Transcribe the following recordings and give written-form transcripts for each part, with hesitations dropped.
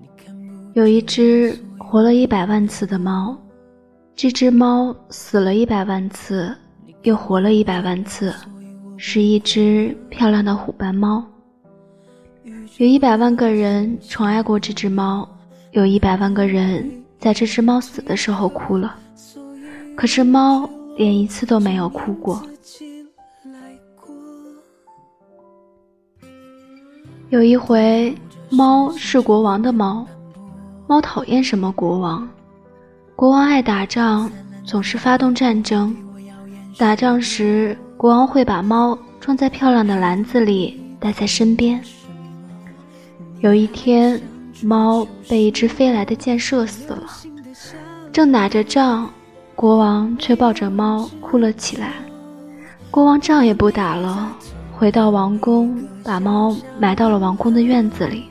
有一只活了100万次的猫，这只猫死了100万次，又活了100万次，是一只漂亮的虎斑猫。有100万个人宠爱过这只猫，有100万个人在这只猫死的时候哭了，可是猫连一次都没有哭过。有一回，猫是国王的猫，猫讨厌什么国王？国王爱打仗，总是发动战争。打仗时，国王会把猫装在漂亮的篮子里，带在身边。有一天，猫被一支飞来的箭射死了。正打着仗，国王却抱着猫哭了起来。国王仗也不打了，回到王宫，把猫埋到了王宫的院子里。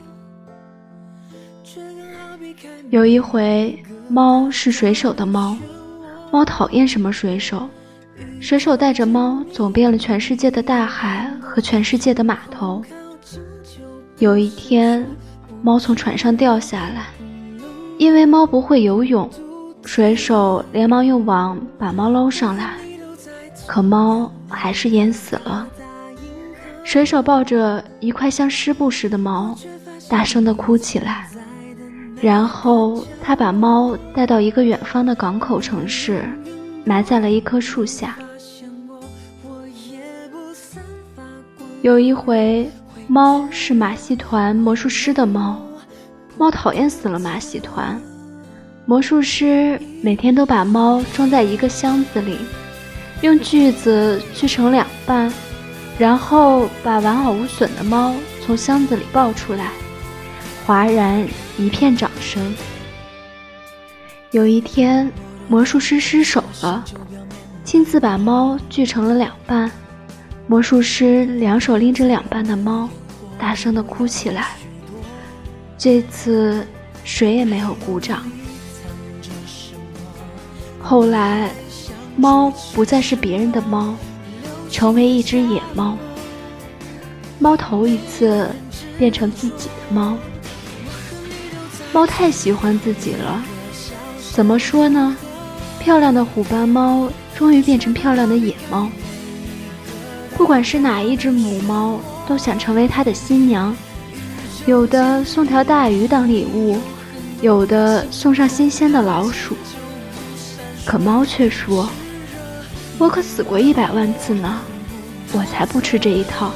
有一回，猫是水手的猫，猫讨厌什么水手？水手带着猫走遍了全世界的大海和全世界的码头。有一天，猫从船上掉下来，因为猫不会游泳，水手连忙用网把猫捞上来，可猫还是淹死了。水手抱着一块像湿布似的猫，大声地哭起来。然后他把猫带到一个远方的港口城市，埋在了一棵树下。有一回，猫是马戏团魔术师的猫，猫讨厌死了马戏团。魔术师每天都把猫装在一个箱子里，用锯子锯成2半，然后把完好无损的猫从箱子里抱出来，哗然一片掌声。有一天，魔术师失手了，亲自把猫锯成了2半。魔术师2手拎着2半的猫，大声地哭起来。这次谁也没有鼓掌。后来，猫不再是别人的猫，成为一只野猫。猫头一次变成自己的猫。猫太喜欢自己了，怎么说呢？漂亮的虎斑猫终于变成漂亮的野猫。不管是哪一只母猫，都想成为它的新娘。有的送条大鱼当礼物，有的送上新鲜的老鼠。可猫却说：“我可死过100万次呢，我才不吃这一套。”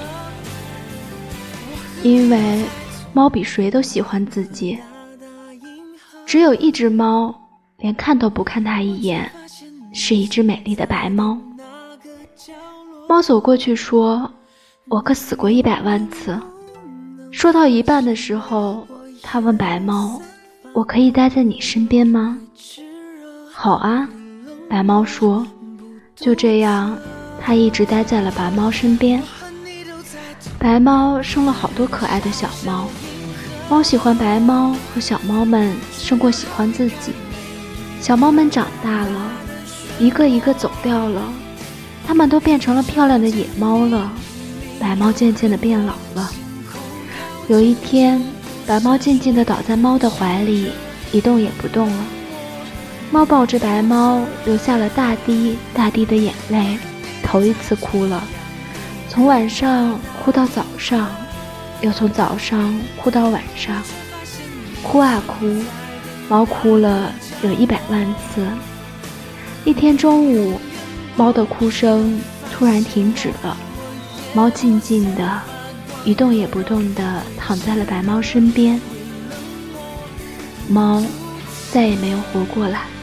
因为猫比谁都喜欢自己。只有一只猫连看都不看它一眼，是一只美丽的白猫。猫走过去说：“我可死过100万次。”说到一半的时候，它问白猫：“我可以待在你身边吗？”“好啊。”白猫说。就这样，它一直待在了白猫身边。白猫生了好多可爱的小猫，猫喜欢白猫和小猫们胜过喜欢自己。小猫们长大了，一个一个走掉了，它们都变成了漂亮的野猫了。白猫渐渐地变老了。有一天，白猫静静地倒在猫的怀里，一动也不动了。猫抱着白猫，流下了大滴大滴的眼泪，头一次哭了。从晚上哭到早上，又从早上哭到晚上，哭啊哭，猫哭了有100万次。一天中午，猫的哭声突然停止了，猫静静的一动也不动地躺在了白猫身边。猫再也没有活过来。